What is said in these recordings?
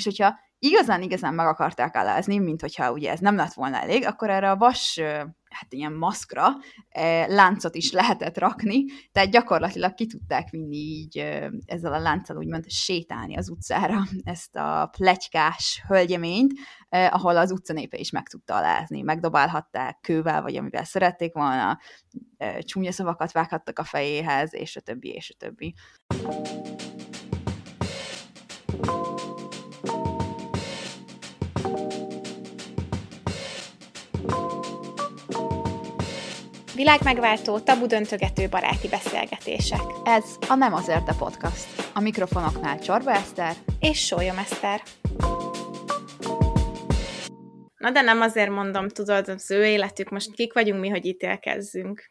És hogyha igazán meg akarták alázni, mint hogyha ugye ez nem lett volna elég, akkor erre a vas, hát ilyen maszkra láncot is lehetett rakni, tehát gyakorlatilag ki tudták vinni így ezzel a lánccal úgymond sétálni az utcára ezt a pletykás hölgyeményt, ahol az utcanépe is meg tudta alázni. Megdobálhatták kővel, vagy amivel szerették volna, csúnya szavakat vághattak a fejéhez, és a többi, és a többi. Világmegváltó, tabudöntögető baráti beszélgetések. Ez a Nem azért a podcast. A mikrofonoknál Csorba Eszter és Sólyom Eszter. Na de nem azért mondom, tudod, az ő életük, most kik vagyunk mi, hogy ítélkezzünk.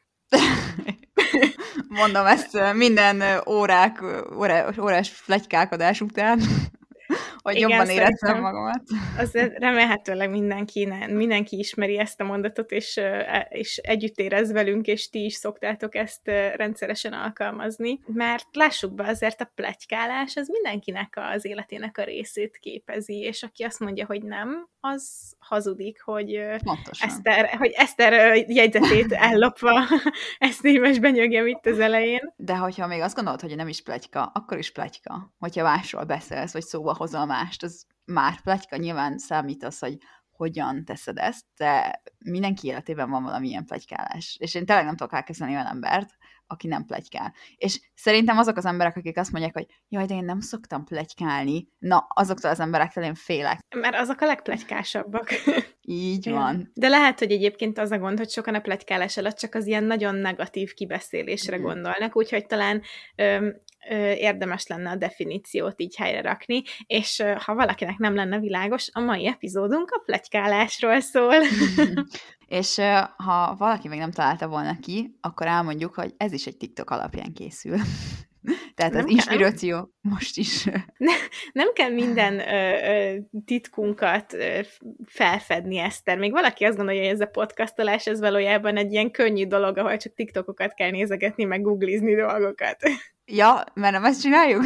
Mondom ezt minden órás pletykálkodás után, hogy igen, jobban érezzem magamat. Azért remélhetőleg mindenki ismeri ezt a mondatot, és együtt érez velünk, és ti is szoktátok ezt rendszeresen alkalmazni, mert lássuk be, azért a pletykálás az mindenkinek az életének a részét képezi, és aki azt mondja, hogy nem, az hazudik, hogy Eszter jegyzetét ellopva ezt éves benyögjem itt az elején. De hogyha még azt gondolod, hogy nem is pletyka, akkor is pletyka. Hogyha másról beszélsz, vagy szóba hozol mást, az már pletyka. Nyilván számít az, hogy hogyan teszed ezt, de mindenki életében van valamilyen pletykálás. És én tényleg nem tudok elkezdeni olyan embert, aki nem pletykál. És szerintem azok az emberek, akik azt mondják, hogy jaj, de én nem szoktam pletykálni, na, azoktól az emberektől én félek. Mert azok a legpletykásabbak. Így van. De lehet, hogy egyébként az a gond, hogy sokan a pletykálás alatt csak az ilyen nagyon negatív kibeszélésre gondolnak, úgyhogy talán érdemes lenne a definíciót így helyre rakni, és ha valakinek nem lenne világos, a mai epizódunk a pletykálásról szól. És ha valaki még nem találta volna ki, akkor elmondjuk, hogy ez is egy TikTok alapján készül. Tehát nem az inspiráció most is. Nem kell minden titkunkat felfedni, Eszter. Még valaki azt gondolja, hogy ez a podcastolás, ez valójában egy ilyen könnyű dolog, ahol csak TikTokokat kell nézegetni, meg googlizni dolgokat. Ja, mert nem ezt csináljuk?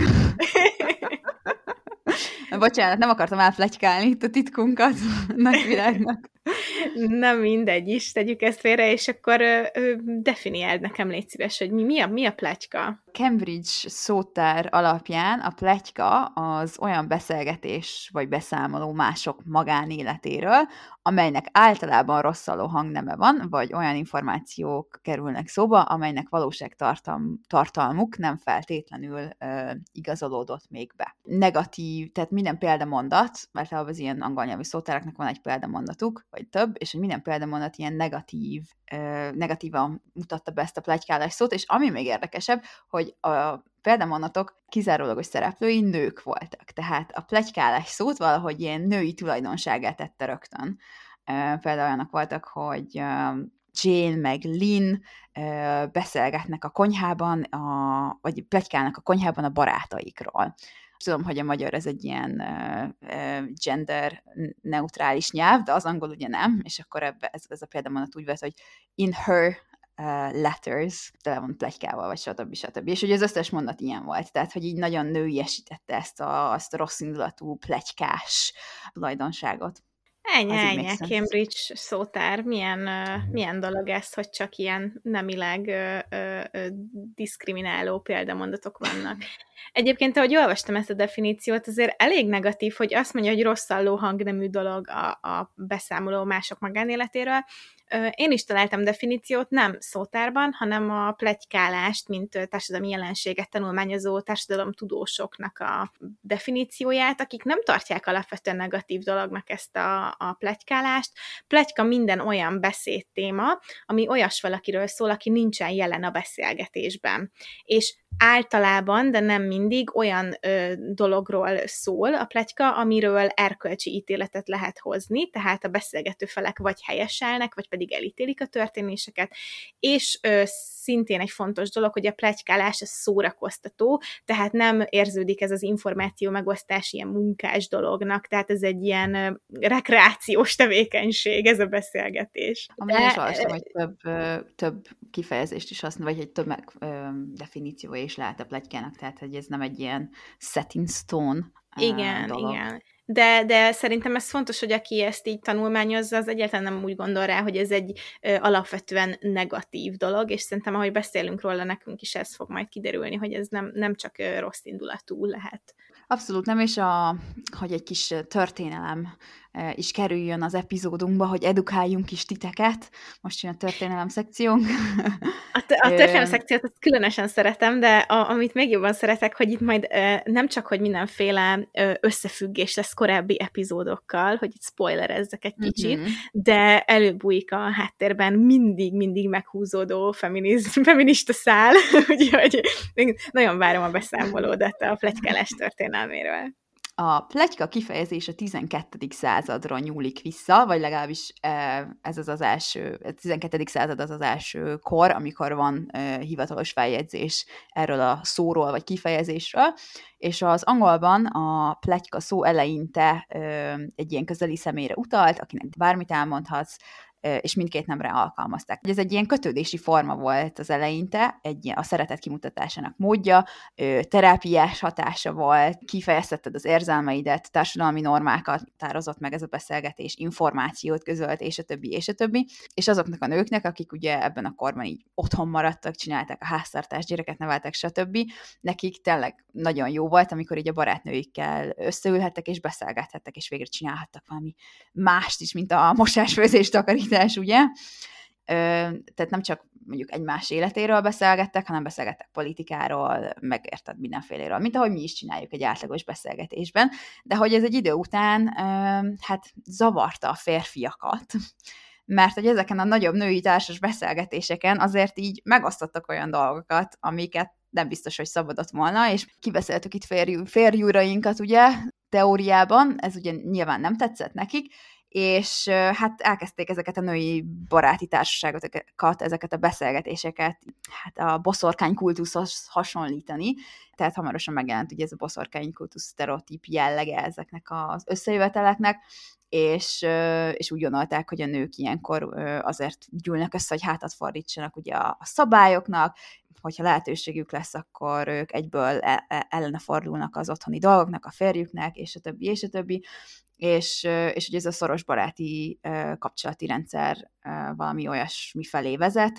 Bocsánat, nem akartam elpletykálni itt a titkunkat nagyvilágnak. Nem mindegy is, tegyük ezt félre, és akkor definiáld nekem, légy szíves, hogy mi a pletyka? Cambridge szótár alapján a pletyka az olyan beszélgetés vagy beszámoló mások magánéletéről, amelynek általában rosszalló hangneme van, vagy olyan információk kerülnek szóba, amelynek valóságtartalmuk nem feltétlenül igazolódott még be. Negatív, tehát minden példamondat, mert az ilyen angol nyelvű szótáraknak van egy példamondatuk, vagy több, és hogy minden példamondat ilyen negatívan mutatta be ezt a pletykálás szót, és ami még érdekesebb, hogy a példamondatok kizárólagos szereplői nők voltak. Tehát a pletykálás szót valahogy ilyen női tulajdonságát tette rögtön. Például olyanok voltak, hogy Jane meg Lynn beszélgetnek a konyhában, vagy pletykálnak a konyhában a barátaikról. Tudom, hogy a magyar ez egy ilyen gender-neutrális nyelv, de az angol ugye nem, és akkor ez a példamondat úgy vett, hogy in her letters, tele van pletykával, vagy stb. És ugye az összes mondat ilyen volt, tehát hogy így nagyon nőiesítette ezt a rossz indulatú pletykás tulajdonságot. Ennyi, Cambridge szótár. Milyen dolog ez, hogy csak ilyen nemileg diszkrimináló példamondatok vannak. Egyébként, ahogy olvastam ezt a definíciót, azért elég negatív, hogy azt mondja, hogy rosszalló hangnemű dolog a beszámoló mások magánéletéről. Én is találtam definíciót, nem szótárban, hanem a pletykálást, mint társadalmi jelenséget tanulmányozó társadalomtudósoknak a definícióját, akik nem tartják alapvetően negatív dolognak ezt a pletykálást. Pletyka minden olyan beszédtéma, ami olyas valakiről szól, aki nincsen jelen a beszélgetésben. És általában, de nem mindig olyan dologról szól a pletyka, amiről erkölcsi ítéletet lehet hozni, tehát a beszélgető felek vagy helyeselnek, vagy pedig elítélik a történéseket, és szintén egy fontos dolog, hogy a pletykálás az szórakoztató, tehát nem érződik ez az információ megosztás ilyen munkás dolognak, tehát ez egy ilyen rekreációs tevékenység, ez a beszélgetés. Amúgy is olvastam, hogy több kifejezést is használ, vagy egy több definíciója is lehet a pletykának, tehát hogy ez nem egy ilyen set in stone igen, dolog. Igen. De szerintem ez fontos, hogy aki ezt így tanulmányozza, az egyáltalán nem úgy gondol rá, hogy ez egy alapvetően negatív dolog, és szerintem, ahogy beszélünk róla, nekünk is ez fog majd kiderülni, hogy ez nem csak rossz indulatú lehet. Abszolút nem, és hogy egy kis történelem is kerüljön az epizódunkba, hogy edukáljunk is titeket. Most jön a történelem szekciónk. A történelem szekciót azt különösen szeretem, de amit még jobban szeretek, hogy itt majd nem csak, hogy mindenféle összefüggés lesz korábbi epizódokkal, hogy itt spoilerezzek egy kicsit, de előbújik a háttérben mindig meghúzódó feminista szál, úgyhogy nagyon várom a beszámolódat a pletykálás történelméről. A pletyka kifejezés a 12. századra nyúlik vissza, vagy legalábbis ez az első, a 12. század az első kor, amikor van hivatalos feljegyzés erről a szóról, vagy kifejezésről, és az angolban a pletyka szó eleinte egy ilyen közeli személyre utalt, akinek bármit elmondhatsz, és mindkét nemre alkalmazták. Ez egy ilyen kötődési forma volt az eleinte, a szeretet kimutatásának módja, terápiás hatása volt, kifejeztetted az érzelmeidet, társadalmi normákat tározott meg ez a beszélgetés, információt közölt, és a többi, és a többi. És azoknak a nőknek, akik ugye ebben a korban így otthon maradtak, csinálták a háztartást, gyereket neveltek, stb., nekik tényleg nagyon jó volt, amikor így a barátnőikkel összeülhettek, és beszélgethettek, és végre csinálhattak valami mást is, mint a mosásfőzés, takarítás, ugye? Tehát nem csak mondjuk egymás életéről beszélgettek, hanem beszélgettek politikáról, megérted mindenféléről, mint ahogy mi is csináljuk egy átlagos beszélgetésben, de hogy ez egy idő után hát zavarta a férfiakat, mert hogy ezeken a nagyobb női társas beszélgetéseken azért így megosztottak olyan dolgokat, amiket nem biztos, hogy szabadott volna, és kibeszéltük itt férjúrainkat, ugye, teóriában, ez ugye nyilván nem tetszett nekik, és hát elkezdték ezeket a női baráti társaságokat, ezeket a beszélgetéseket hát a boszorkány kultuszhoz hasonlítani, tehát hamarosan megjelent ugye ez a boszorkány kultusz sztereotíp jellege ezeknek az összejöveteleknek, és úgy gondolták, hogy a nők ilyenkor azért gyűlnek össze, hogy hátat fordítsanak ugye a szabályoknak, hogyha lehetőségük lesz, akkor ők egyből ellene fordulnak az otthoni dolgoknak, a férjüknek, és a többi, és a többi. És ugye ez a szoros baráti kapcsolati rendszer valami olyasmi felé vezet,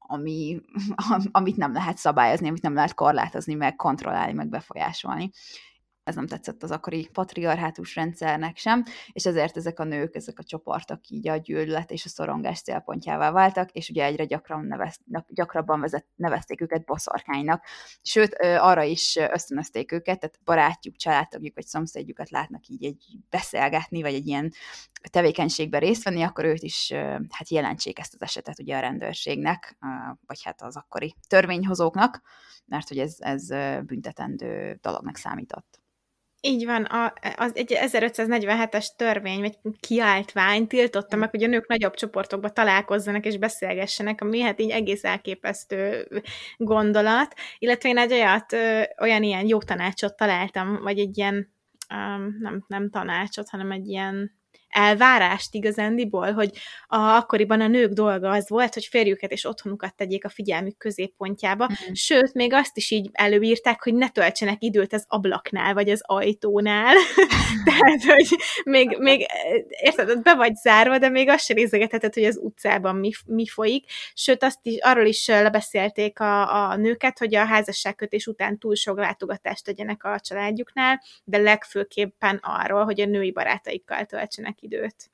amit nem lehet szabályozni, amit nem lehet korlátozni, meg kontrollálni, meg befolyásolni. Ez nem tetszett az akkori patriarhátus rendszernek sem, és ezért ezek a nők, ezek a csoportok így a gyűlölet és a szorongás célpontjává váltak, és ugye egyre gyakrabban nevezték őket boszorkánynak. Sőt, arra is ösztönözték őket, tehát barátjuk, családtagjuk vagy szomszédjukat látnak így beszélgetni, vagy egy ilyen tevékenységben részt venni, akkor őt is hát jelentsék ezt az esetet ugye a rendőrségnek, vagy hát az akkori törvényhozóknak, mert hogy ez büntetendő dolognak számított. Így van, az egy 1547-es törvény, vagy kiáltvány tiltotta meg, hogy a nők nagyobb csoportokba találkozzanak és beszélgessenek, ami hát így egész elképesztő gondolat, illetve én olyan ilyen jó tanácsot találtam, vagy egy ilyen, nem tanácsot, hanem egy ilyen elvárást igazándiból, hogy akkoriban a nők dolga az volt, hogy férjüket és otthonukat tegyék a figyelmük középpontjába, sőt, még azt is így előírták, hogy ne töltsenek időt az ablaknál, vagy az ajtónál. Tehát, hogy még érted, be vagy zárva, de még azt sem nézegetheted, hogy az utcában mi folyik. Sőt, arról is lebeszélték a nőket, hogy a házasságkötés után túl sok látogatást tegyenek a családjuknál, de legfőképpen arról, hogy a női barátaikkal töltsenek időt.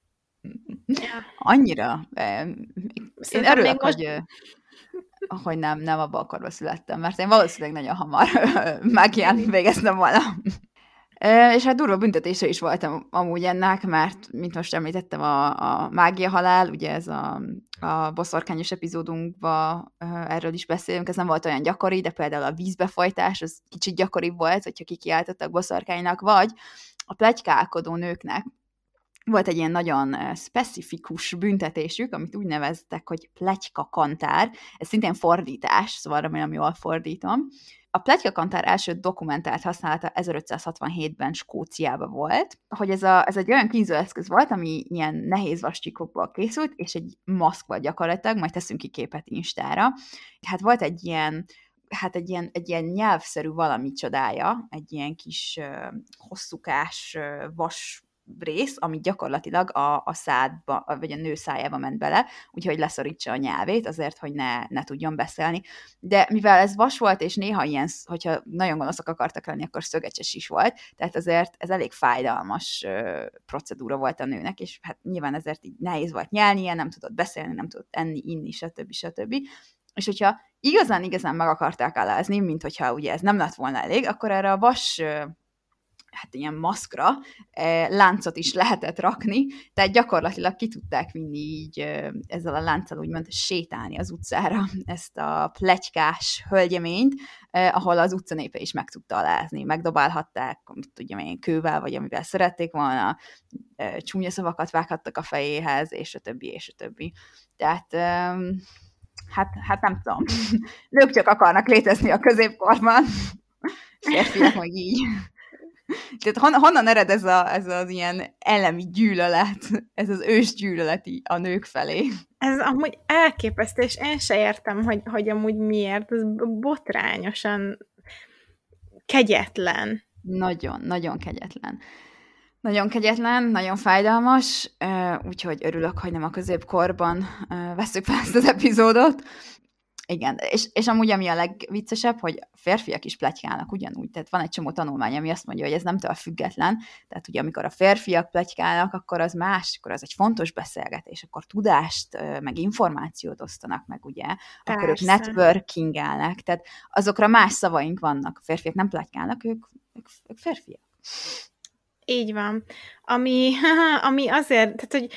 Annyira. Én örülök, hogy nem abban a korban születtem, mert én valószínűleg nagyon hamar mágián végeztem volna. És hát durva büntetése is voltam amúgy ennek, mert, mint most említettem, a mágia halál, ugye ez a boszorkányos epizódunkban erről is beszélünk, ez nem volt olyan gyakori, de például a vízbefolytás, az kicsit gyakoribb volt, hogyha kikiáltottak boszorkánynak, vagy a pletykálkodó nőknek volt egy ilyen nagyon specifikus büntetésük, amit úgy neveztek, hogy pletykakantár, ez szintén fordítás, szóval remélem jól fordítom. A pletykakantár első dokumentált használata 1567-ben Skóciában volt, hogy ez egy olyan kínzóeszköz volt, ami ilyen nehéz vascsíkokból készült, és egy maszk volt gyakorlatilag, majd teszünk ki képet Instára. Hát volt egy ilyen hát egy ilyen nyelvszerű valami csodája, egy ilyen kis hosszúkás vas rész, ami gyakorlatilag a szádba, vagy a nő szájába ment bele, úgyhogy leszorítsa a nyelvét, azért, hogy ne tudjon beszélni. De mivel ez vas volt, és néha ilyen, hogyha nagyon gonoszak akartak lenni, akkor szögecses is volt, tehát azért ez elég fájdalmas procedúra volt a nőnek, és hát nyilván ezért így nehéz volt nyelnie, nem tudott beszélni, nem tudott enni, inni, stb. És hogyha igazán meg akarták alázni, mint hogyha ugye ez nem lett volna elég, akkor erre a vas hát ilyen maszkra láncot is lehetett rakni, tehát gyakorlatilag ki tudták vinni így ezzel a lánccal úgymond sétálni az utcára ezt a pletykás hölgyeményt, ahol az utcanépe is meg tudta alázni. Megdobálhatták, tudjam én, kővel, vagy amivel szerették volna, csúnya szavakat vághattak a fejéhez, és a többi, és a többi. Tehát hát nem tudom. Nők csak akarnak létezni a középkorban, férfiak meg így. Tehát honnan ered ez az ilyen elemi gyűlölet, ez az ősgyűlölet a nők felé? Ez amúgy elképesztő, és én se értem, hogy amúgy miért. Ez botrányosan kegyetlen. Nagyon, nagyon kegyetlen. Nagyon kegyetlen, nagyon fájdalmas, úgyhogy örülök, hogy nem a középkorban vesszük fel ezt az epizódot. Igen, és amúgy ami a legviccesebb, hogy férfiak is pletykálnak ugyanúgy, tehát van egy csomó tanulmány, ami azt mondja, hogy ez nemtől független, tehát ugye amikor a férfiak pletykálnak, akkor az más, akkor az egy fontos beszélgetés, akkor tudást, meg információt osztanak meg, ugye, akkor ők networkingelnek, tehát azokra más szavaink vannak, a férfiak nem pletykálnak, ők férfiak. Így van. Ami azért, tehát hogy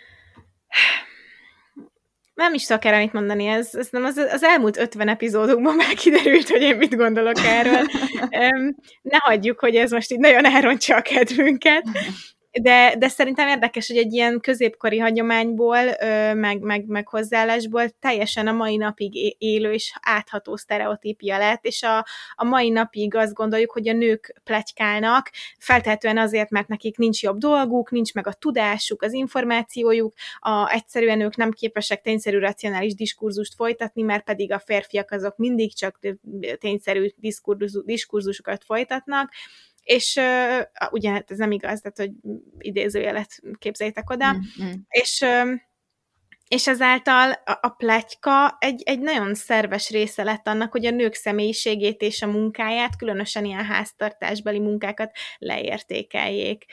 nem is tudok erre mit mondani, ez nem az elmúlt 50 epizódunkban már kiderült, hogy én mit gondolok erről. Ne hagyjuk, hogy ez most így nagyon elrontsa a kedvünket. De szerintem érdekes, hogy egy ilyen középkori hagyományból, meg hozzáállásból teljesen a mai napig élő és átható sztereotípia lett, és a mai napig azt gondoljuk, hogy a nők pletykálnak, feltehetően azért, mert nekik nincs jobb dolguk, nincs meg a tudásuk, az információjuk, egyszerűen ők nem képesek tényszerű racionális diskurzust folytatni, mert pedig a férfiak azok mindig csak tényszerű diskurzusokat folytatnak, és ugye hát ez nem igaz, tehát hogy idézőjelet képzeljétek oda, és ezáltal a pletyka egy nagyon szerves része lett annak, hogy a nők személyiségét és a munkáját, különösen ilyen háztartásbeli munkákat leértékeljék.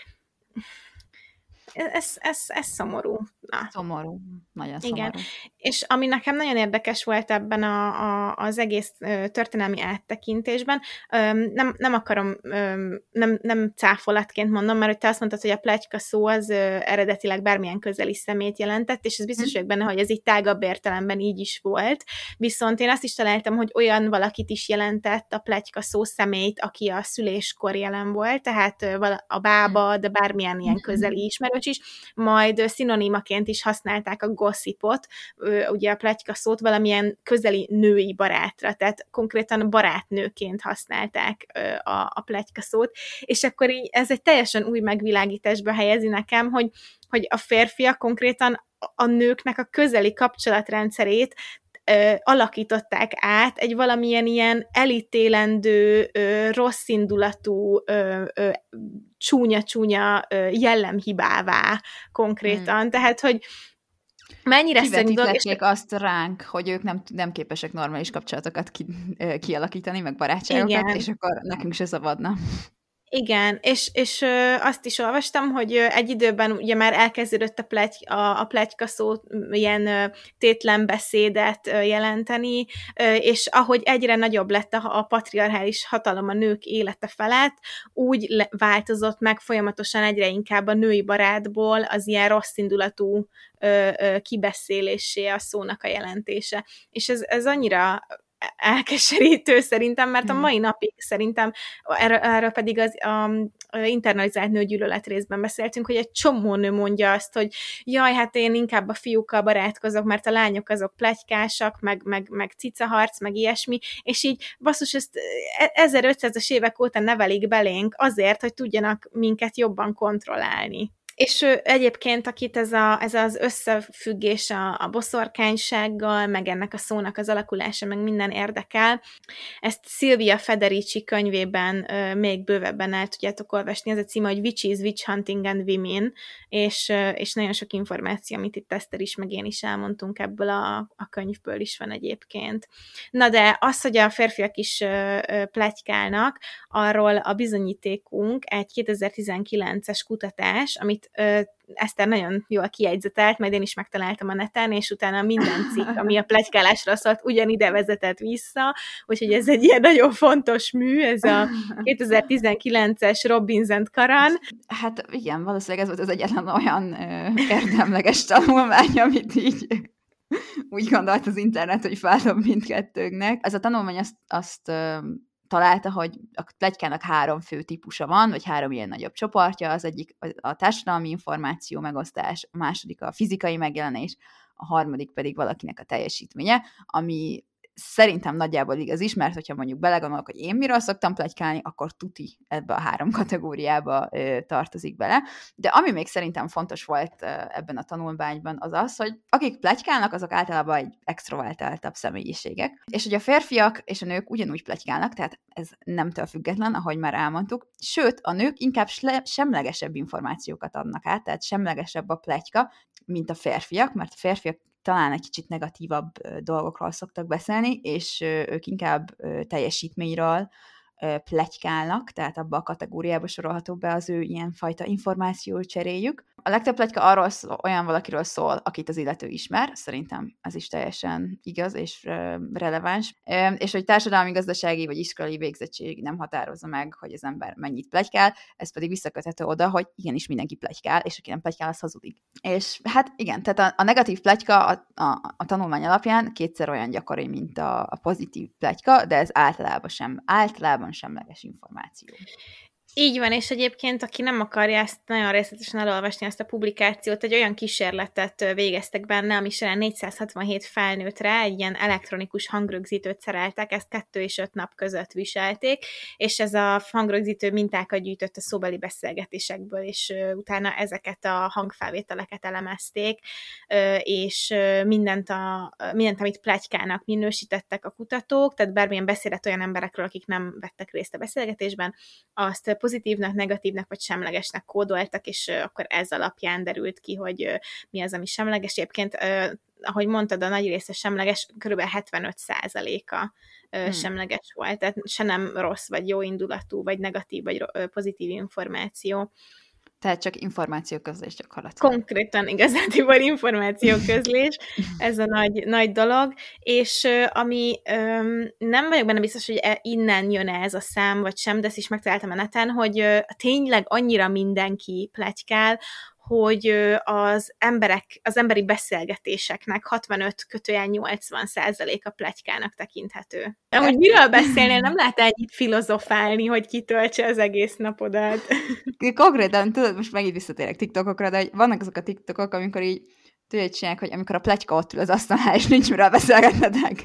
Ez szomorú. Na. Szomorú. Nagyon szomorú. Igen. És ami nekem nagyon érdekes volt ebben az egész történelmi áttekintésben, nem akarom, nem cáfolatként mondom, mert hogy te azt mondtad, hogy a pletyka szó az eredetileg bármilyen közeli szemét jelentett, és ez biztos vagyok benne, hogy ez így tágabb értelemben így is volt. Viszont én azt is találtam, hogy olyan valakit is jelentett a pletyka szó személyt, aki a szüléskor jelen volt, tehát a bába, de bármilyen ilyen közeli ismerős is, majd szinonimaként is használták a gossipot, ugye a pletyka szót valamilyen közeli női barátra, tehát konkrétan barátnőként használták a pletyka szót, és akkor így ez egy teljesen új megvilágításba helyezi nekem, hogy a férfiak konkrétan a nőknek a közeli kapcsolatrendszerét alakították át egy valamilyen ilyen elítélendő, rosszindulatú, csúnya jellemhibává konkrétan. Tehát, hogy mennyire kivetítették azt ránk, hogy ők nem képesek normális kapcsolatokat kialakítani, meg barátságokat, igen. És akkor nekünk se szabadna. Igen, és azt is olvastam, hogy egy időben ugye már elkezdődött a pletyka szó ilyen tétlen beszédet jelenteni, és ahogy egyre nagyobb lett a patriarchális hatalom a nők élete felett, úgy változott meg folyamatosan egyre inkább a női barátból az ilyen rosszindulatú kibeszélésé a szónak a jelentése. És ez annyira elkeserítő szerintem, mert a mai napig szerintem, erről pedig az internalizált nőgyűlölet részben beszéltünk, hogy egy csomó nő mondja azt, hogy jaj, hát én inkább a fiúkkal barátkozok, mert a lányok azok pletykásak, meg cicaharc, meg ilyesmi, és így basszus, ezt 1500-as évek óta nevelik belénk azért, hogy tudjanak minket jobban kontrollálni. És egyébként, akit ez az összefüggés a boszorkánysággal, meg ennek a szónak az alakulása, meg minden érdekel, ezt Silvia Federici könyvében még bővebben el tudjátok olvasni. Ez a címe, hogy Witches, Witch Hunting and Women, és nagyon sok információ, amit itt Eszter is, meg én is elmondtunk ebből a könyvből is van egyébként. Na de az, hogy a férfiak is pletykálnak, arról a bizonyítékunk egy 2019-es kutatás, amit Eszter nagyon jól kijegyzetelt, majd én is megtaláltam a neten, és utána minden cikk, ami a pletykálásra szólt, ugyanide vezetett vissza, úgyhogy ez egy ilyen nagyon fontos mű, ez a 2019-es Robbins & Karan. Hát igen, valószínűleg ez volt az egyetlen olyan érdemleges tanulmány, amit így úgy gondolt az internet, hogy feldob mindkettőnknek. Ez a tanulmány azt találta, hogy a pletykának 3 fő típusa van, vagy 3 ilyen nagyobb csoportja. Az egyik a társadalmi információ megosztás, a második a fizikai megjelenés, a harmadik pedig valakinek a teljesítménye, ami szerintem nagyjából igaz is, mert hogyha mondjuk belegondolok, hogy én miről szoktam pletykálni, akkor tuti ebbe a 3 kategóriába tartozik bele. De ami még szerintem fontos volt ebben a tanulmányban, az az, hogy akik pletykálnak, azok általában egy extrovertáltabb személyiségek. És hogy a férfiak és a nők ugyanúgy pletykálnak, tehát ez nemtől független, ahogy már elmondtuk. Sőt, a nők inkább semlegesebb információkat adnak át, tehát semlegesebb a pletyka, mint a férfiak, mert a férfiak talán egy kicsit negatívabb dolgokról szoktak beszélni, és ők inkább teljesítményről pletykálnak, tehát abba a kategóriába sorolható be az ő ilyenfajta információcseréjük. A legtöbb pletyka arról szól, olyan valakiről szól, akit az illető ismer, szerintem ez is teljesen igaz és releváns, és hogy társadalmi, gazdasági vagy iskolai végzettség nem határozza meg, hogy az ember mennyit pletykál, ez pedig visszaköthető oda, hogy igenis mindenki pletykál, és aki nem pletykál, az hazudik. És hát igen, tehát a negatív pletyka a tanulmány alapján 2-szer olyan gyakori, mint a pozitív pletyka, de ez általában semleges információ. Így van, és egyébként, aki nem akarja ezt nagyon részletesen elolvasni, ezt a publikációt, egy olyan kísérletet végeztek benne, ami során 467 felnőttre egy ilyen elektronikus hangrögzítőt szereltek, ezt 2 és 5 nap között viselték, és ez a hangrögzítő mintákat gyűjtött a szóbeli beszélgetésekből, és utána ezeket a hangfelvételeket elemezték, és mindent, amit pletykának minősítettek a kutatók, tehát bármilyen beszédet olyan emberekről, akik nem vettek részt a beszélgetésben, azt pozitívnak, negatívnak vagy semlegesnek kódoltak, és akkor ez alapján derült ki, hogy mi az, ami semleges. Egyébként, ahogy mondtad, a nagy része semleges, kb. 75%-a semleges volt, tehát se nem rossz, vagy jó indulatú, vagy negatív, vagy pozitív információ. Tehát csak információközlés gyakorlatilag. Konkrétan igazándiból információközlés, ez a nagy dolog, és ami nem vagyok benne biztos, hogy innen jön-e ez a szám, vagy sem, de ezt is megtaláltam a neten, hogy tényleg annyira mindenki pletykál, hogy az emberi beszélgetéseknek 65-80% a pletykának tekinthető. Amúgy miről beszélnél, nem lehet ennyit filozofálni, hogy kitöltse az egész napodat. Konkrétan, tudod, most megint visszatérek TikTokokra, de vannak azok a TikTokok, amikor így tudod csinálják, hogy amikor a pletyka ott ül az asztalnál, és nincs miről beszélgetnetek.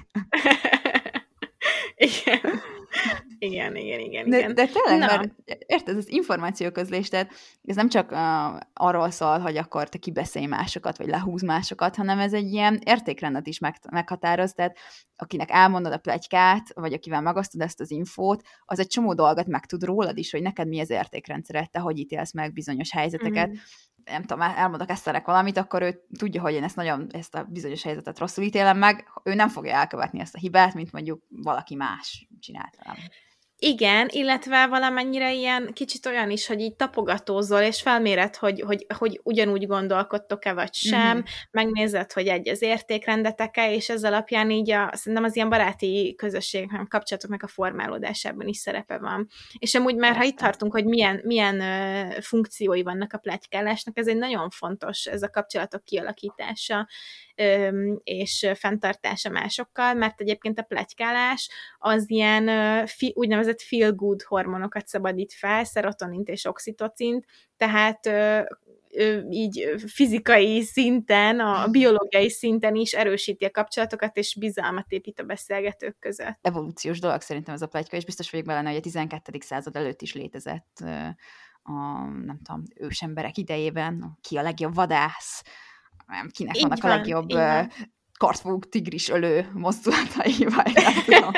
Igen. De tényleg, mert érted, az információközlés, tehát ez nem csak arról szól, hogy akkor te kibeszélj másokat, vagy lehúz másokat, hanem ez egy ilyen értékrendet is meghatároz, tehát akinek elmondod a pletykát, vagy akivel megosztod ezt az infót, az egy csomó dolgot megtud rólad is, hogy neked mi az értékrendszered, te hogy ítélsz meg bizonyos helyzeteket. Nem tudom, elmondok Eszternek valamit, akkor ő tudja, hogy én ezt a bizonyos helyzetet rosszul ítélem meg, ő nem fogja elkövetni ezt a hibát, mint mondjuk valaki más csinált velem. Igen, illetve valamennyire ilyen kicsit olyan is, hogy így tapogatózol, és felméred, hogy ugyanúgy gondolkodtok-e, vagy sem, megnézed, hogy egy az értékrendetek-e, és ez alapján így szerintem az ilyen baráti közösségek, kapcsolatoknak a formálódásában is szerepe van. És amúgy már, ha itt tartunk, hogy milyen funkciói vannak a pletykálásnak, ez egy nagyon fontos, ez a kapcsolatok kialakítása, és fenntartása másokkal, mert egyébként a pletykálás az ilyen úgynevezett feel-good hormonokat szabadít fel, szerotonint és oxitocint, tehát így fizikai szinten, a biológiai szinten is erősíti a kapcsolatokat, és bizalmat épít a beszélgetők között. Evolúciós dolog szerintem ez a pletyka, és biztos vagyok benne, hogy a 12. század előtt is létezett nem tudom, ősemberek idejében, ki a legjobb vadász, nem, kinek Így vannak a van, legjobb így van. kartfogú tigris ölő mozdulatai, vagy nem tudom.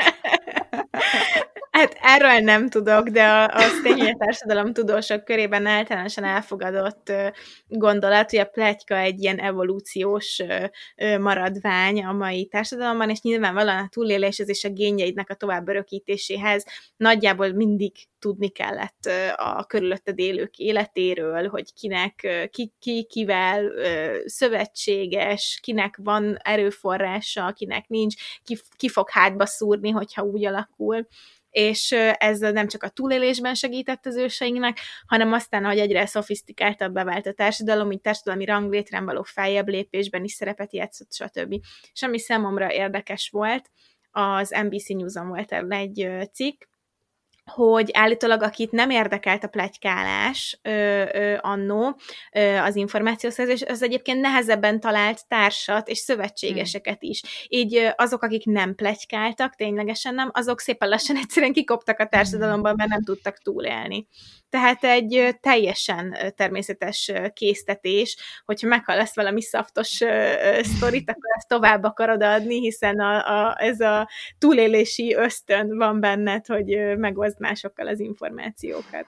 Hát erről nem tudok, de az tény, hogy a társadalomtudósok körében általánosan elfogadott gondolat, hogy a pletyka egy ilyen evolúciós maradvány a mai társadalomban, és nyilvánvalóan a túléléshez és a génjeidnek a tovább örökítéséhez nagyjából mindig tudni kellett a körülötted élők életéről, hogy kivel szövetséges, kinek van erőforrása, kinek nincs, ki fog hátba szúrni, hogyha úgy alakul. És ez nem csak a túlélésben segített az őseinknek, hanem aztán, hogy egyre szofisztikáltabbá vált a társadalom, így társadalmi ranglétrán való feljebb lépésben is szerepet játszott, stb. És ami számomra érdekes volt, az NBC News-on volt egy cikk, hogy állítólag akit nem érdekelt a pletykálás annó az információszerzés, az egyébként nehezebben talált társat és szövetségeseket is. Így azok, akik nem pletykáltak, ténylegesen nem, azok szépen lassan egyszerűen kikoptak a társadalomban, mert nem tudtak túlélni. Tehát egy teljesen természetes késztetés, hogyha meghallasz valami szaftos sztorit, akkor ezt tovább akarod adni, hiszen ez a túlélési ösztön van benned, hogy megoszd másokkal az információkat.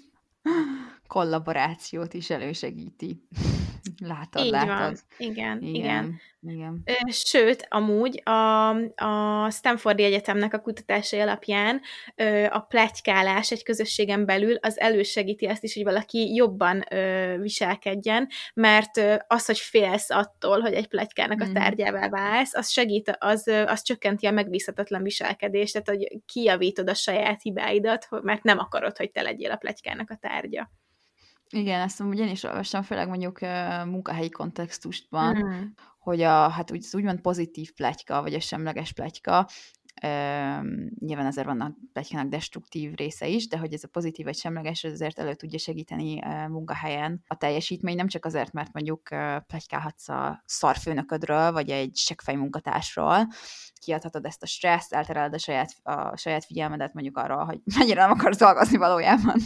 Kollaborációt is elősegíti. Látod. Van. Igen. Sőt, amúgy a Stanfordi Egyetemnek a kutatásai alapján a pletykálás egy közösségen belül az elősegíti azt is, hogy valaki jobban viselkedjen, mert az, hogy félsz attól, hogy egy pletykának a tárgyává válsz, az segít, az csökkenti a megbízhatatlan viselkedést, tehát hogy kijavítod a saját hibáidat, mert nem akarod, hogy te legyél a pletykának a tárgya. Igen, ezt amúgy én is olvastam, főleg mondjuk munkahelyi kontextusban, hogy hát az úgymond pozitív pletyka, vagy a semleges pletyka, nyilván ezért vannak pletykának destruktív része is, de hogy ez a pozitív vagy semleges, azért elő tudja segíteni munkahelyen a teljesítmény, nem csak azért, mert mondjuk pletykálhatsz a szarfőnöködről, vagy egy seggfej munkatársról, kiadhatod ezt a stresszt, eltereled a saját figyelmedet mondjuk arról, hogy mennyire nem akarsz dolgozni valójában,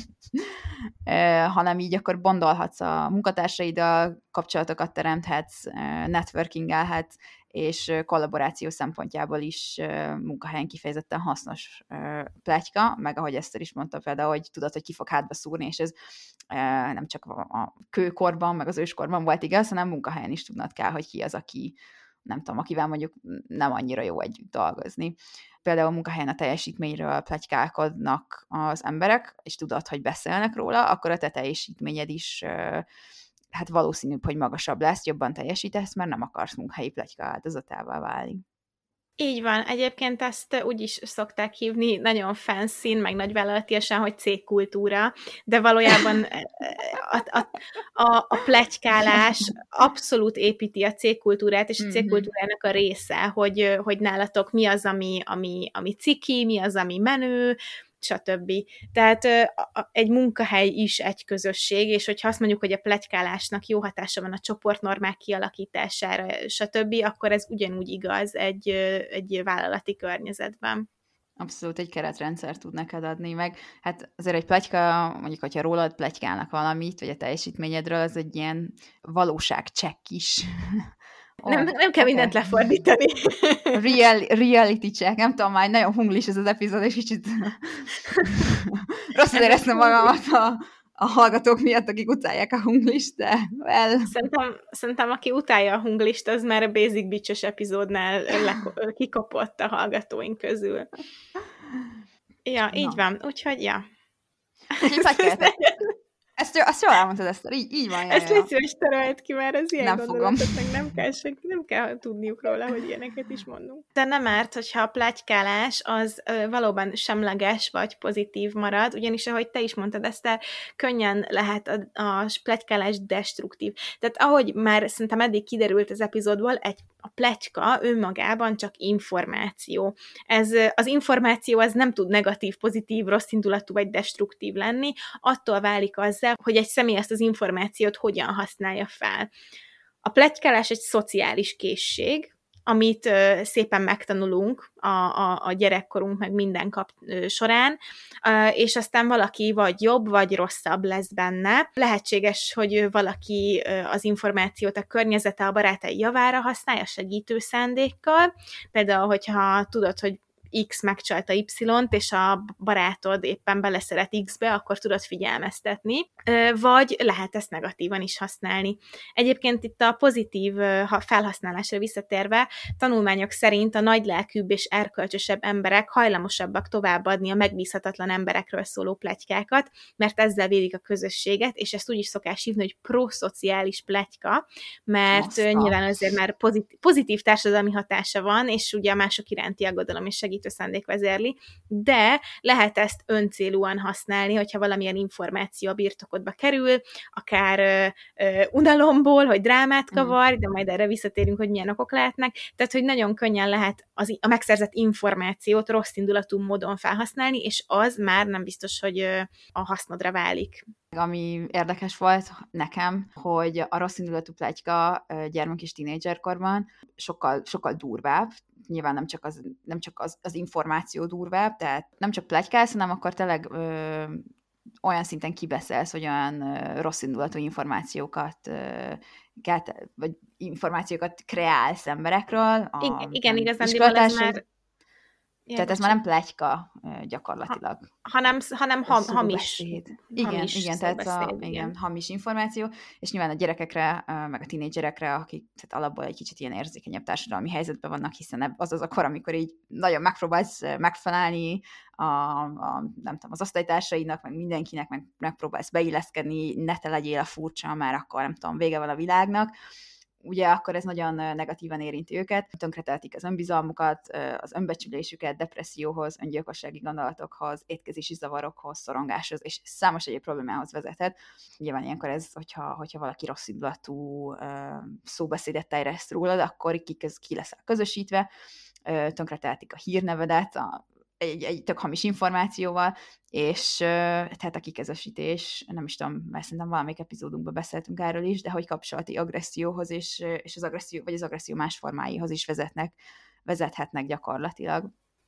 hanem így akkor bondolhatsz a munkatársaiddal, kapcsolatokat teremthetsz, networkingelhetsz, és kollaboráció szempontjából is munkahelyen kifejezetten hasznos pletyka, meg ahogy Eszter is mondta például, hogy tudod, hogy ki fog hátba szúrni, és ez nem csak a kőkorban, meg az őskorban volt igaz, hanem munkahelyen is tudnod kell, hogy ki az, aki nem tudom, akivel mondjuk nem annyira jó együtt dolgozni. Például munkahelyen a teljesítményről pletykálkodnak az emberek, és tudod, hogy beszélnek róla, akkor a te teljesítményed is hát valószínűbb, hogy magasabb lesz, jobban teljesítesz, mert nem akarsz munkahelyi pletyka áldozatává válni. Így van. Egyébként ezt úgy is szokták hívni nagyon fancy, meg nagyvállalatiasan, hogy cégkultúra, de valójában a pletykálás abszolút építi a cégkultúrát, és a cégkultúrának a része, hogy nálatok mi az, ami ciki, mi az, ami menő, stb. Tehát egy munkahely is egy közösség, és hogyha azt mondjuk, hogy a pletykálásnak jó hatása van a csoportnormák kialakítására, stb., akkor ez ugyanúgy igaz egy vállalati környezetben. Abszolút egy keretrendszer tud neked adni, meg hát azért egy pletyka, mondjuk, hogyha rólad pletykálnak valamit, vagy a teljesítményedről, az egy ilyen valóságcsekk is. Nem kell mindent lefordítani. Reality check, nem tudom, már nagyon hunglis ez az epizód, és kicsit rosszul éreztem magamat a hallgatók miatt, akik utálják a hunglist, de Szerintem aki utálja a hunglist, az már a Basic Bitches epizódnál kikopott a hallgatóink közül. Ja, így van. Úgyhogy, ja. Azt jól elmondtad, Eszter, így van. Ezt légy szíves, törölt ki, mert az ilyen nem gondolatoknak nem kell tudniuk róla, hogy ilyeneket is mondunk. De nem árt, hogyha a pletykálás az valóban semleges vagy pozitív marad, ugyanis ahogy te is mondtad, Eszter, könnyen lehet a pletykálás destruktív. Tehát ahogy már szerintem eddig kiderült az epizódból, a pletyka önmagában csak információ. Az információ az nem tud negatív, pozitív, rosszindulatú vagy destruktív lenni, attól válik azzal, hogy egy személy ezt az információt hogyan használja fel. A pletykálás egy szociális készség, amit szépen megtanulunk a gyerekkorunk meg minden során, és aztán valaki vagy jobb, vagy rosszabb lesz benne. Lehetséges, hogy valaki az információt a környezete, a barátai javára használja segítő szándékkal. Például, hogyha tudod, hogy X megcsalta Y-t, és a barátod éppen beleszeret X-be, akkor tudod figyelmeztetni, vagy lehet ezt negatívan is használni. Egyébként itt a pozitív felhasználásra visszatérve, tanulmányok szerint a nagylelkűbb és erkölcsösebb emberek hajlamosabbak továbbadni a megbízhatatlan emberekről szóló pletykákat, mert ezzel védik a közösséget, és ezt úgy is szokás hívni, hogy proszociális pletyka, mert nyilván azért már pozitív társadalmi hatása van, és ugye a mások iránti aggodalom és segítő szándék vezérli, de lehet ezt öncélúan használni, hogyha valamilyen információ a birtokodba kerül, akár unalomból, hogy drámát kavar, de majd erre visszatérünk, hogy milyen okok lehetnek, tehát, hogy nagyon könnyen lehet a megszerzett információt rossz indulatú módon felhasználni, és az már nem biztos, hogy a hasznodra válik. Ami érdekes volt nekem, hogy a rossz indulatú pletyka gyermek és tínédzserkorban sokkal durvább. Nyilván nem csak az információ durvább, tehát nem csak pletykálsz, hanem akkor tényleg olyan szinten kibeszélsz, hogy olyan rossz indulatú információkat vagy információkat kreálsz emberekről. Igen, igazán ez már... Tehát ez már nem pletyka gyakorlatilag. Hanem hamis. Igen, tehát hamis információ, és nyilván a gyerekekre, meg a tínédzserekre, akik tehát alapból egy kicsit ilyen érzékenyebb társadalmi helyzetben vannak, hiszen az a kor, amikor így nagyon megpróbálsz megfelelni nem tudom, az osztálytársaidnak, meg mindenkinek, meg megpróbálsz beilleszkedni, ne te legyél a furcsa, már akkor nem tudom, vége van a világnak. Ugye akkor ez nagyon negatívan érinti őket, tönkreteltik az önbizalmukat, az önbecsülésüket, depresszióhoz, öngyilkossági gondolatokhoz, étkezési zavarokhoz, szorongáshoz, és számos egyéb problémához vezethet. Nyilván ilyenkor ez, hogyha valaki rossz indulatú szóbeszédet terjeszt rólad, akkor ki leszel közösítve, tönkreteltik a hírnevedet, egy tök hamis információval, és tehát a kiközösítés, nem is tudom, mert szerintem valamelyik epizódunkban beszéltünk erről is, de hogy kapcsolati agresszióhoz és az agresszió, vagy az agresszió más formáihoz is vezethetnek gyakorlatilag.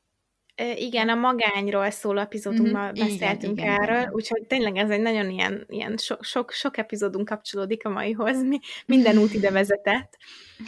Igen, a magányról szóló epizódunkban beszéltünk erről, igen. Úgyhogy tényleg ez egy nagyon ilyen sok epizódunk kapcsolódik a maihoz, minden út ide vezetett.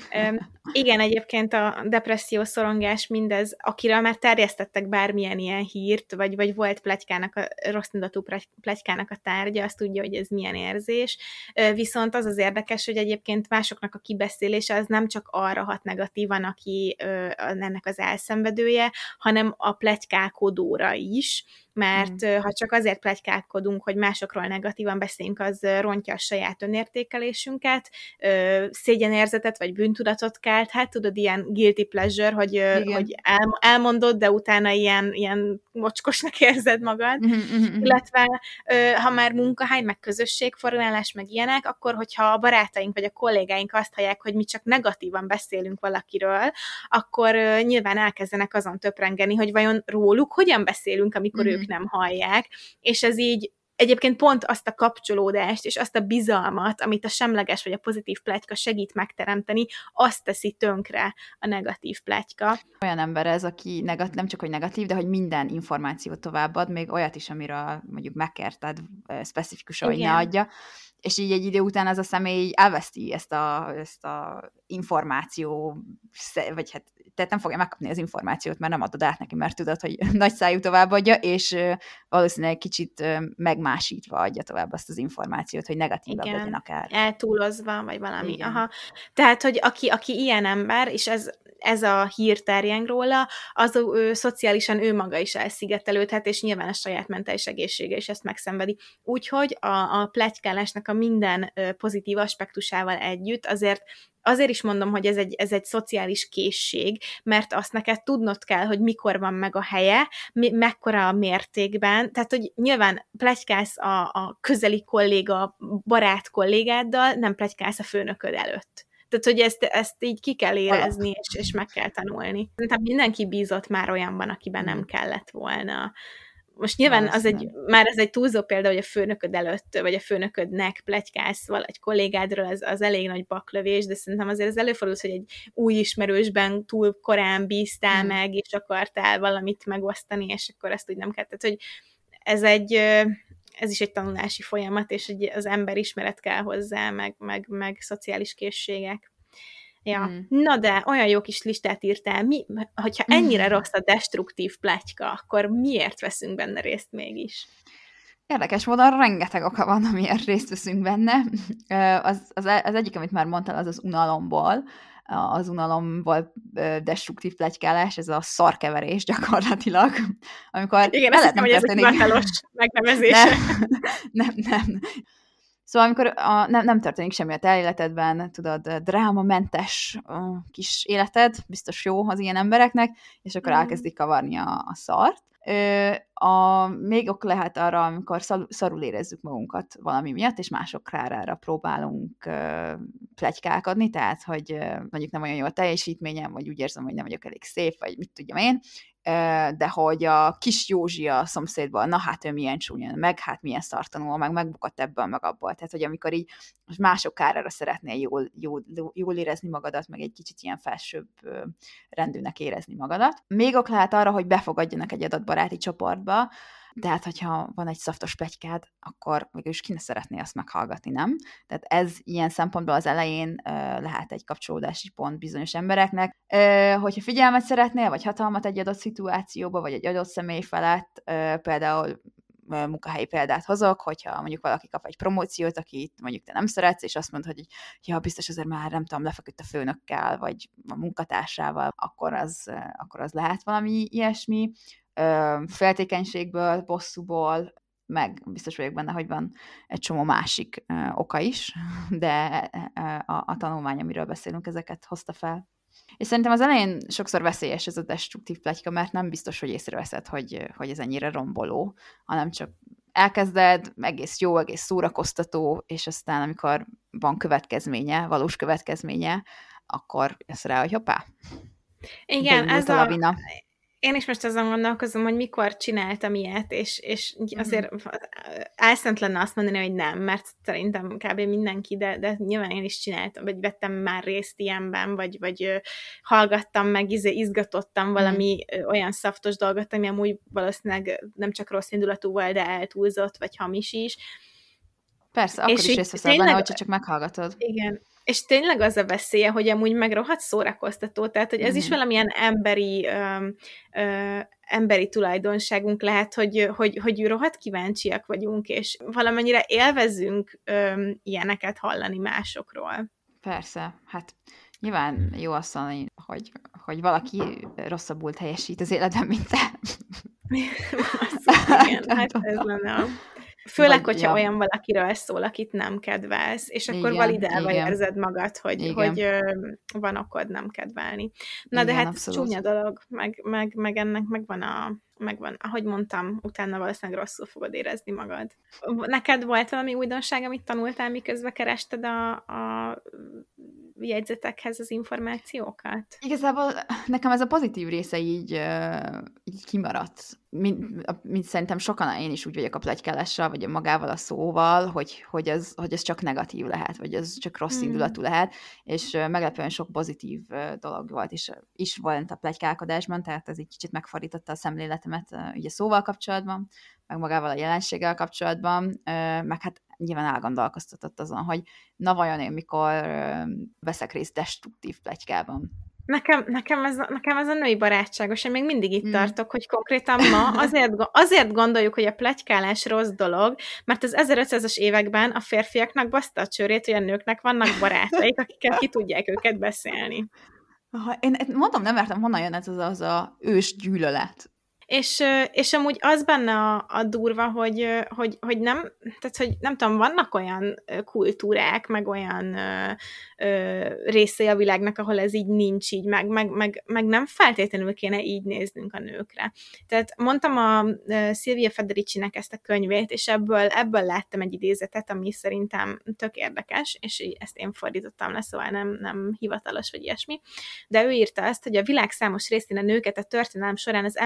Igen, egyébként a depresszió, szorongás, mindez, akiről már terjesztettek bármilyen ilyen hírt, vagy volt rossz indulatú pletykának a tárgya, azt tudja, hogy ez milyen érzés. Viszont az érdekes, hogy egyébként másoknak a kibeszélése az nem csak arra hat negatívan, aki ennek az elszenvedője, hanem a pletykálkodóra is, mert ha csak azért pletykálkodunk, hogy másokról negatívan beszéljünk, az rontja a saját önértékelésünket, szégyenérzetet vagy bűntudatot kelt, hát tudod, ilyen guilty pleasure, hogy elmondod, de utána ilyen mocskosnak érzed magad, illetve ha már munkahely, meg közösségformálás, meg ilyenek, akkor hogyha a barátaink vagy a kollégáink azt hallják, hogy mi csak negatívan beszélünk valakiről, akkor nyilván elkezdenek azon töprengeni, hogy vajon róluk hogyan beszélünk, amikor ők nem hallják, és ez így egyébként pont azt a kapcsolódást, és azt a bizalmat, amit a semleges vagy a pozitív pletyka segít megteremteni, azt teszi tönkre a negatív pletyka. Olyan ember ez, aki nem csak hogy negatív, de hogy minden információt továbbad, még olyat is, amiről mondjuk megkérted specifikusan, hogy ne adja, és így egy idő után az a személy elveszti ezt a információ, vagy hát tehát nem fogja megkapni az információt, mert nem adod át neki, mert tudod, hogy nagy szájú továbbadja, és valószínűleg kicsit megmásítva adja tovább azt az információt, hogy negatívabb legyen akár. Eltúlozva, vagy valami. Igen. Aha. Tehát, hogy aki ilyen ember, és ez a hír terjeng róla, az szociálisan ő maga is elszigetelődhet, és nyilván a saját mentális egészsége is ezt megszenvedi. Úgyhogy a pletykálásnak a minden pozitív aspektusával együtt azért is mondom, hogy ez egy szociális készség, mert azt neked tudnod kell, hogy mikor van meg a helye, mekkora a mértékben, tehát, hogy nyilván pletykálsz a közeli kolléga, barát kollégáddal, nem pletykálsz a főnököd előtt. Tehát, hogy ezt így ki kell érezni, és meg kell tanulni. Szerintem mindenki bízott már olyanban, akiben nem kellett volna. most nyilván már ez egy túlzó példa, hogy a főnököd előtt, vagy a főnöködnek pletykálsz egy kollégádról, az elég nagy baklövés, de szerintem azért ez előfordult, hogy egy új ismerősben túl korán bíztál meg, és akartál valamit megosztani, és akkor ezt úgy nem kell. Tehát, hogy ez is egy tanulási folyamat, és az emberismeret kell hozzá, meg szociális készségek. Ja. Na de, olyan jó kis listát írtál, hogyha ennyire rossz a destruktív pletyka, akkor miért veszünk benne részt mégis? Érdekes módon rengeteg oka van, amiért részt veszünk benne. Az egyik, amit már mondtál, az unalomból. Az unalomból destruktív pletykálás, ez a szarkeverés gyakorlatilag. Amikor igen, azt hiszem, hogy ez egy matalos megnevezése. Nem. Szóval amikor nem történik semmi a te életedben, tudod, drámamentes kis életed, biztos jó az ilyen embereknek, és akkor elkezdik kavarni a szart. Még ok lehet arra, amikor szarul érezzük magunkat valami miatt, és mások rára próbálunk pletykálkodni, tehát, hogy mondjuk nem olyan jó a teljesítményem, vagy úgy érzem, hogy nem vagyok elég szép, vagy mit tudjam én, de hogy a kis Józsi a szomszédból, na hát ő milyen csúnya, meg hát milyen szartanul, meg megbukott ebből, meg abból. Tehát, hogy amikor így mások kárára szeretnél jól érezni magadat, meg egy kicsit ilyen felsőbb rendűnek érezni magadat. Még ok lehet arra, hogy befogadjanak egy adott baráti csoportba, tehát, hogyha van egy szaftos pletykád, akkor mégis ki ne szeretné azt meghallgatni, nem? Tehát ez ilyen szempontból az elején lehet egy kapcsolódási pont bizonyos embereknek. Hogyha figyelmet szeretnél, vagy hatalmat egy adott szituációba, vagy egy adott személy felett, például munkahelyi példát hozok, hogyha mondjuk valaki kap egy promóciót, akit mondjuk te nem szeretsz, és azt mondod, hogy ja, biztos azért már nem tudom, lefeküdt a főnökkel, vagy a munkatársával, akkor az lehet valami ilyesmi. Féltékenységből, bosszúból, meg biztos vagyok benne, hogy van egy csomó másik oka is, de a tanulmány, amiről beszélünk, ezeket hozta fel. És szerintem az elején sokszor veszélyes ez a destruktív pletyka, mert nem biztos, hogy észreveszed, hogy ez ennyire romboló, hanem csak elkezded, egész jó, egész szórakoztató, és aztán amikor van következménye, valós következménye, akkor jössz rá, hogy hoppá, igen, ez a lavina. Én is most azon gondolkozom, hogy mikor csináltam ilyet, és azért álszent lenne azt mondani, hogy nem, mert szerintem kb. Mindenki, de nyilván én is csináltam, vagy vettem már részt ilyenben, vagy hallgattam meg, izgatottam valami olyan szaftos dolgot, ami amúgy valószínűleg nem csak rossz indulatú volt, de eltúlzott, vagy hamis is. Persze, akkor is részt veszel benne, hogyha csak meghallgatod. Igen. És tényleg az a veszélye, hogy amúgy meg rohadt szórakoztató, tehát hogy ez is valamilyen emberi tulajdonságunk lehet, hogy rohadt kíváncsiak vagyunk, és valamennyire élvezünk ilyeneket hallani másokról. Persze, hát nyilván jó azt mondani, hogy valaki rosszabbul teljesít az életben, mint te. Igen, hát ez lenne. Főleg, hogyha olyan valakiről szól, akit nem kedvelsz, és akkor validálva érzed magad, hogy van okod nem kedvelni. Na, de hát ez csúnya dolog, meg ennek megvan, ahogy mondtam, utána valószínűleg rosszul fogod érezni magad. Neked volt valami újdonság, amit tanultál, miközben kerested a jegyzetekhez az információkat? Igazából nekem ez a pozitív része így kimaradt. Mint szerintem sokan, én is úgy vagyok a pletykálással, vagy magával a szóval, hogy ez csak negatív lehet, vagy ez csak rossz indulatú lehet, és meglepően sok pozitív dolog volt, és is volt a pletykálkodásban, tehát ez így kicsit megfordította a szemléletemet ugye szóval kapcsolatban, meg magával a jelenséggel kapcsolatban, meg hát nyilván elgondolkoztatott azon, hogy na vajon én mikor veszek részt destruktív pletykában. Nekem ez a női barátságos, én még mindig itt tartok, hogy konkrétan ma azért gondoljuk, hogy a pletykálás rossz dolog, mert az 1500-as években a férfiaknak baszta a csőrét, hogy a nőknek vannak barátaik, akikkel ki tudják őket beszélni. Én mondom, nem értem, honnan jön ez az a ős gyűlölet. És amúgy az benne a durva, hogy nem, tehát, hogy nem tudom, vannak olyan kultúrák, meg olyan részei a világnak, ahol ez így nincs így, meg nem feltétlenül kéne így néznünk a nőkre. Tehát mondtam a Silvia Federicinek ezt a könyvét, és ebből láttam egy idézetet, ami szerintem tök érdekes, és ezt én fordítottam le, szóval nem hivatalos vagy ilyesmi, de ő írta azt, hogy a világ számos részén a nőket a történelem során az emlékezet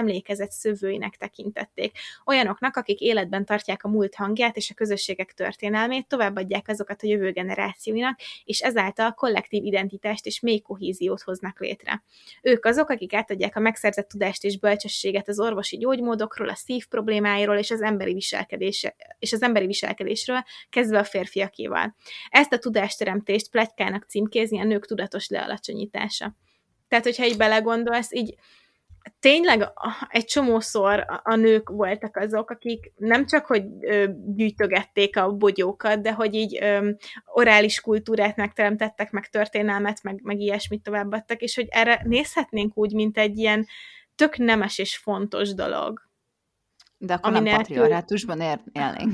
szövőinek tekintették. Olyanoknak, akik életben tartják a múlt hangját és a közösségek történelmét, továbbadják azokat a jövő generációinak, és ezáltal kollektív identitást és mély kohéziót hoznak létre. Ők azok, akik átadják a megszerzett tudást és bölcsességet az orvosi gyógymódokról, a szív problémáiról és az emberi viselkedésről, kezdve a férfiakéval. Ezt a tudásteremtést pletykának címkézni a nők tudatos lealacsonyítása. Tehát, hogyha így belegondolsz, így tényleg egy csomószor a nők voltak azok, akik nem csak, hogy gyűjtögették a bogyókat, de hogy így orális kultúrát megteremtettek, meg történelmet, meg ilyesmit továbbadtak, és hogy erre nézhetnénk úgy, mint egy ilyen tök nemes és fontos dolog. De akkor nem patriarhátusban élnénk.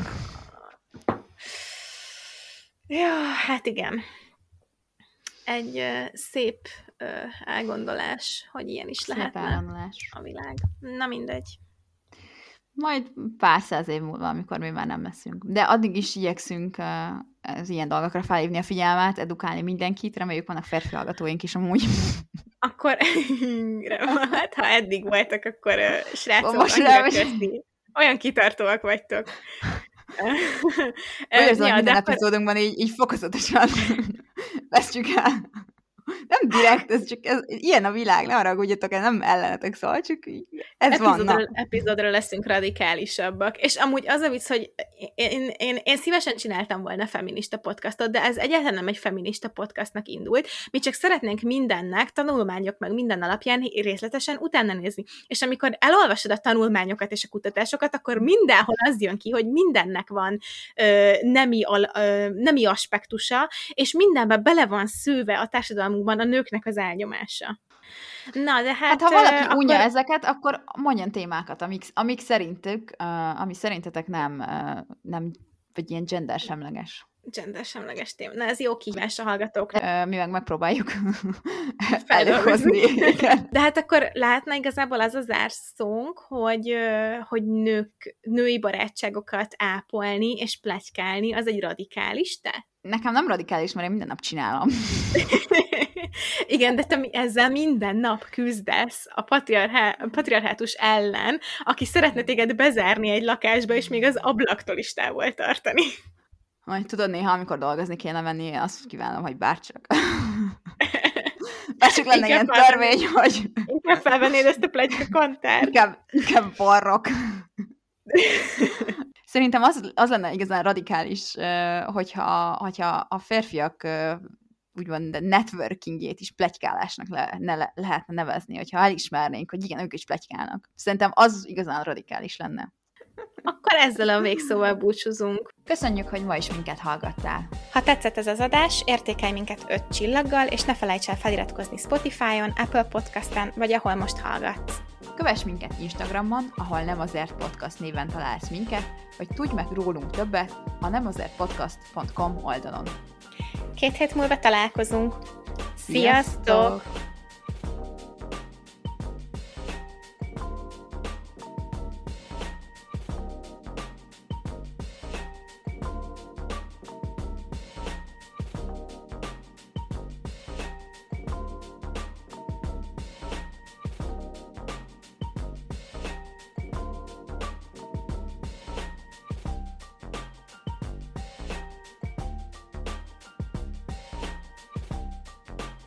Ja, hát igen. Egy szép elgondolás, hogy ilyen is lehetne a világ. Na mindegy. Majd pár száz év múlva, amikor mi már nem leszünk. De addig is igyekszünk az ilyen dolgokra felhívni a figyelmet, edukálni mindenkit, reméljük vannak férfi hallgatóink is amúgy. Akkor, hát ha eddig voltak, akkor srácok, annyira köszi. Olyan kitartóak vagytok. Olyan, minden epizódunkban így fokozatosan vesztjük el. Nem direkt, ez ilyen a világ, ne haragudjatok, ez nem ellenetek, szóval csak ez van. Epizódra leszünk radikálisabbak. És amúgy az a vicc, hogy én szívesen csináltam volna feminista podcastot, de ez egyáltalán nem egy feminista podcastnak indult. Mi csak szeretnénk mindennek, tanulmányok meg minden alapján részletesen utána nézni. És amikor elolvasod a tanulmányokat és a kutatásokat, akkor mindenhol az jön ki, hogy mindennek van nemi aspektusa, és mindenbe bele van szőve a társadalmunkban a nőknek az elnyomása. Na, de hát ha valaki unja ezeket, akkor mondjon témákat, amik szerintetek nem vagy ilyen gendersemleges. Gendersemleges téma. Na, ez jó kihívás a hallgatóknak. Mi meg megpróbáljuk előhozni. De hát akkor lehetne igazából az a zárszónk, hogy női barátságokat ápolni és pletykálni, az egy radikális te? Nekem nem radikális, mert én minden nap csinálom. Igen, de te ezzel minden nap küzdesz a patriarhátus ellen, aki szeretne téged bezárni egy lakásba, és még az ablaktól is távol tartani. Majd tudod, néha, amikor dolgozni kéne menni, azt kívánom, hogy bárcsak. Bárcsak lenne ilyen törvény, hogy... Inkább felvennéd ezt a pletyka kantárt. Inkább barrok. Szerintem az lenne igazán radikális, hogyha a férfiak úgymond networkingjét is pletykálásnak lehetne nevezni, hogyha elismernénk, hogy igen, ők is pletykálnak. Szerintem az igazán radikális lenne. Akkor ezzel a végszóval búcsúzunk. Köszönjük, hogy ma is minket hallgattál. Ha tetszett ez az adás, értékelj minket 5 csillaggal, és ne felejts el feliratkozni Spotify-on, Apple Podcast-en, vagy ahol most hallgatsz. Kövess minket Instagramon, ahol Nem azért podcast néven találsz minket, vagy tudj meg rólunk többet a nemazertpodcast.com oldalon. 2 hét múlva találkozunk. Sziasztok!